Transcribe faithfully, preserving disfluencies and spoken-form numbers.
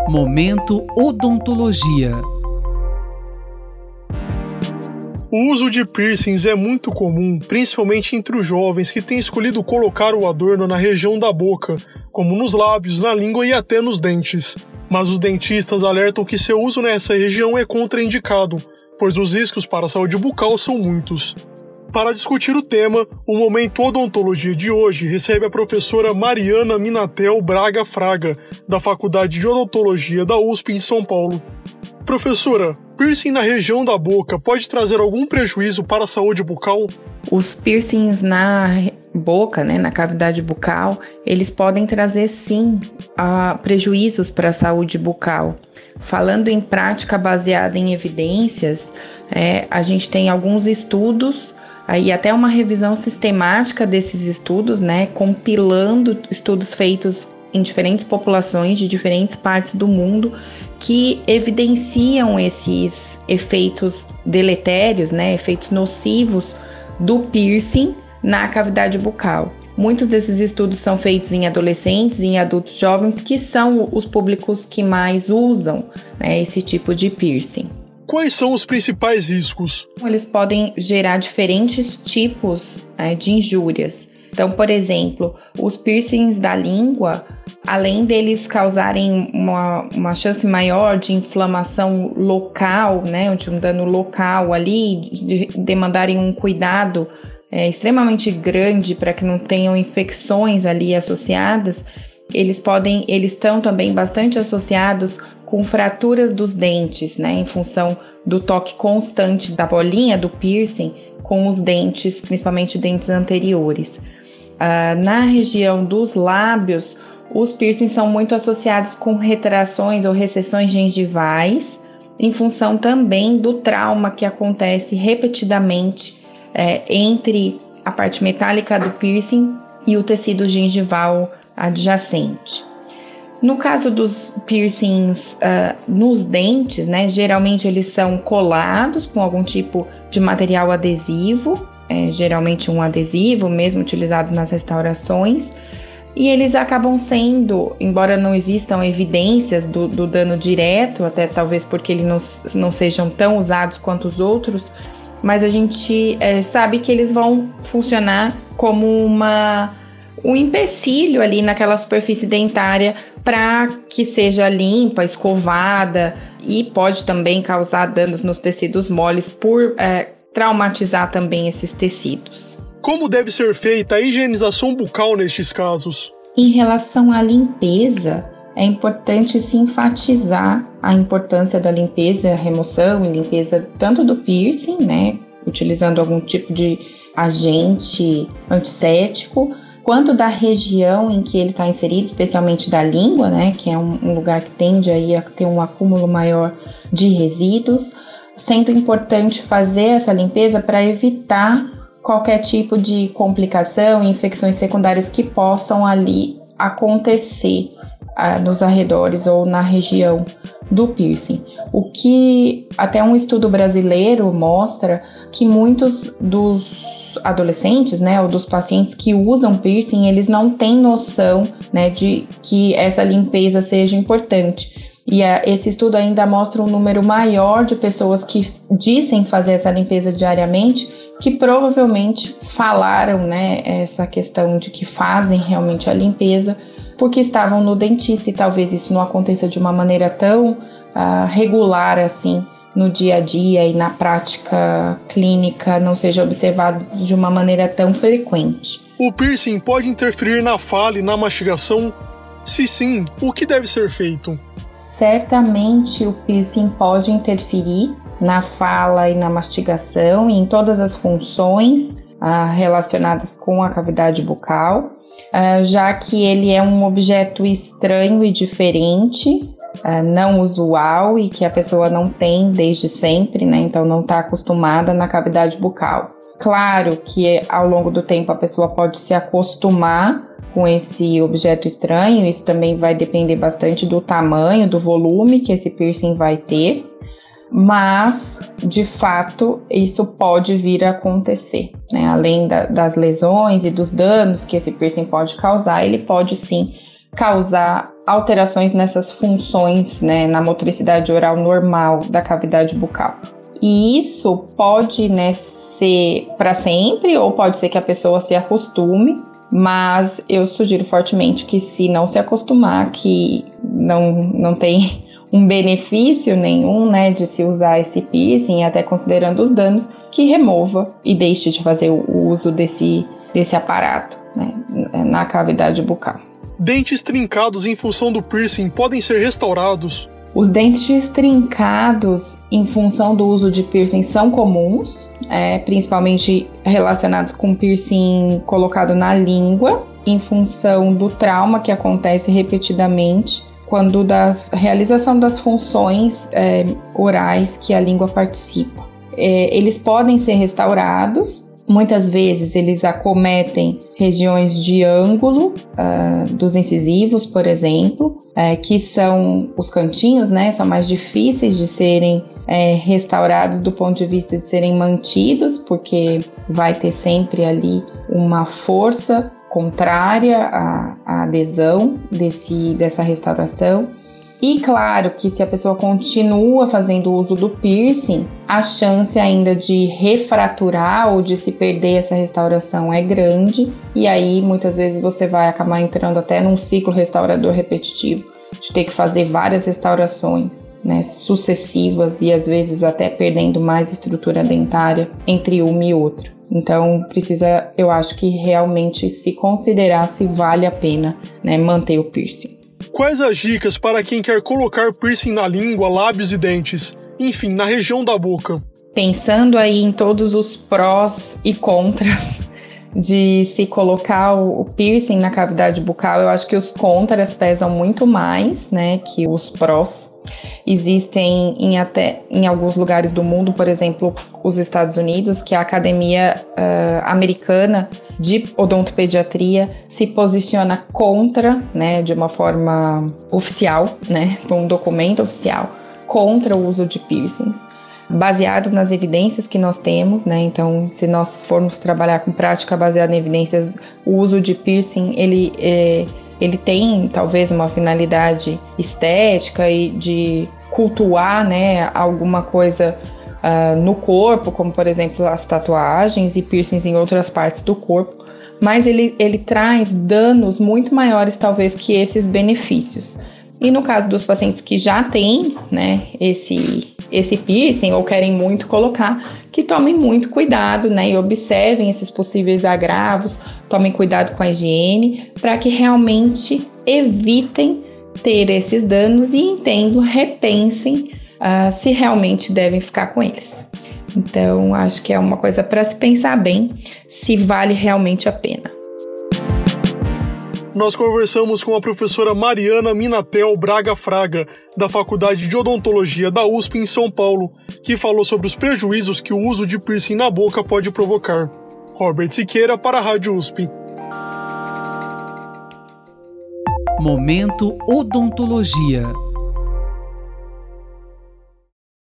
Momento Odontologia. O uso de piercings é muito comum, principalmente entre os jovens que têm escolhido colocar o adorno na região da boca, como nos lábios, na língua e até nos dentes. Mas os dentistas alertam que seu uso nessa região é contraindicado, pois os riscos para a saúde bucal são muitos. Para discutir o tema, o Momento Odontologia de hoje recebe a professora Mariana Minatel Braga Fraga, da Faculdade de Odontologia da U S P em São Paulo. Professora, piercing na região da boca pode trazer algum prejuízo para a saúde bucal? Os piercings na boca, né, na cavidade bucal, eles podem trazer sim uh, prejuízos para a saúde bucal. Falando em prática baseada em evidências, é, a gente tem alguns estudos e até uma revisão sistemática desses estudos, né, compilando estudos feitos em diferentes populações de diferentes partes do mundo que evidenciam esses efeitos deletérios, né, efeitos nocivos do piercing na cavidade bucal. Muitos desses estudos são feitos em adolescentes e em adultos jovens, que são os públicos que mais usam, né, esse tipo de piercing. Quais são os principais riscos? Eles podem gerar diferentes tipos é, de injúrias. Então, por exemplo, os piercings da língua, além deles causarem uma, uma chance maior de inflamação local, né, de um dano local ali, de demandarem um cuidado é, extremamente grande para que não tenham infecções ali associadas, eles podem, eles estão também bastante associados com fraturas dos dentes, né, em função do toque constante da bolinha do piercing com os dentes, principalmente dentes anteriores. Uh, na região dos lábios, os piercings são muito associados com retrações ou recessões gengivais, em função também do trauma que acontece repetidamente é, entre a parte metálica do piercing e o tecido gengival adjacente. No caso dos piercings uh, nos dentes, né, geralmente eles são colados com algum tipo de material adesivo, é, geralmente um adesivo mesmo utilizado nas restaurações, e eles acabam sendo, embora não existam evidências do, do dano direto, até talvez porque eles não, não sejam tão usados quanto os outros, mas a gente é, sabe que eles vão funcionar como uma, um empecilho ali naquela superfície dentária para que seja limpa, escovada, e pode também causar danos nos tecidos moles por é, traumatizar também esses tecidos. Como deve ser feita a higienização bucal nestes casos? Em relação à limpeza, é importante se enfatizar a importância da limpeza, remoção e limpeza tanto do piercing, né, utilizando algum tipo de agente antisséptico, quanto da região em que ele está inserido, especialmente da língua, né, que é um, um lugar que tende aí a ter um acúmulo maior de resíduos, sendo importante fazer essa limpeza para evitar qualquer tipo de complicação e infecções secundárias que possam ali acontecer ah, nos arredores ou na região do piercing. O que até um estudo brasileiro mostra que muitos dos adolescentes, né, ou dos pacientes que usam piercing, eles não têm noção, né, de que essa limpeza seja importante. E a, esse estudo ainda mostra um número maior de pessoas que dizem fazer essa limpeza diariamente, que provavelmente falaram, né, essa questão de que fazem realmente a limpeza porque estavam no dentista, e talvez isso não aconteça de uma maneira tão uh, regular assim no dia a dia, e na prática clínica não seja observado de uma maneira tão frequente. O piercing pode interferir na fala e na mastigação? Se sim, o que deve ser feito? Certamente o piercing pode interferir na fala e na mastigação e em todas as funções ah, relacionadas com a cavidade bucal, ah, já que ele é um objeto estranho e diferente, ah, não usual, e que a pessoa não tem desde sempre, né? Então não está acostumada na cavidade bucal. Claro que ao longo do tempo a pessoa pode se acostumar com esse objeto estranho, isso também vai depender bastante do tamanho, do volume que esse piercing vai ter, mas de fato isso pode vir a acontecer, né? Além da, das lesões e dos danos que esse piercing pode causar, ele pode sim causar alterações nessas funções, né, na motricidade oral normal da cavidade bucal. E isso pode, né, ser para sempre ou pode ser que a pessoa se acostume, mas eu sugiro fortemente que, se não se acostumar, que não, não tem um benefício nenhum, né, de se usar esse piercing, até considerando os danos, que remova e deixe de fazer o uso desse, desse aparato, né, na cavidade bucal. Dentes trincados em função do piercing podem ser restaurados? Os dentes trincados em função do uso de piercing são comuns, é, principalmente relacionados com piercing colocado na língua, em função do trauma que acontece repetidamente quando da realização das funções é, orais que a língua participa. É, eles podem ser restaurados. Muitas vezes eles acometem regiões de ângulo uh, dos incisivos, por exemplo, uh, que são os cantinhos, né? São mais difíceis de serem uh, restaurados do ponto de vista de serem mantidos, porque vai ter sempre ali uma força contrária à, à adesão desse, dessa restauração. E claro que se a pessoa continua fazendo uso do piercing, a chance ainda de refraturar ou de se perder essa restauração é grande, e aí muitas vezes você vai acabar entrando até num ciclo restaurador repetitivo, de ter que fazer várias restaurações, né, sucessivas, e às vezes até perdendo mais estrutura dentária entre uma e outra. Então precisa, eu acho que realmente se considerar se vale a pena, né, manter o piercing. Quais as dicas para quem quer colocar piercing na língua, lábios e dentes? Enfim, na região da boca. Pensando aí em todos os prós e contras de se colocar o piercing na cavidade bucal, eu acho que os contras pesam muito mais, né, que os prós. Existem em, até, em alguns lugares do mundo, por exemplo, os Estados Unidos, que a Academia uh, Americana de Odontopediatria se posiciona contra, né, de uma forma oficial, né, um documento oficial, contra o uso de piercings, baseado nas evidências que nós temos, né? Então, se nós formos trabalhar com prática baseada em evidências, o uso de piercing, ele, é, ele tem talvez uma finalidade estética e de cultuar, né, alguma coisa uh, no corpo, como por exemplo as tatuagens e piercings em outras partes do corpo, mas ele, ele traz danos muito maiores talvez que esses benefícios. E no caso dos pacientes que já têm, né, esse, esse piercing ou querem muito colocar, que tomem muito cuidado, né, e observem esses possíveis agravos, tomem cuidado com a higiene, para que realmente evitem ter esses danos e entendam, repensem uh, se realmente devem ficar com eles. Então, acho que é uma coisa para se pensar bem, se vale realmente a pena. Nós conversamos com a professora Mariana Minatel Braga Fraga, da Faculdade de Odontologia da U S P em São Paulo, que falou sobre os prejuízos que o uso de piercing na boca pode provocar. Robert Siqueira para a Rádio U S P. Momento Odontologia.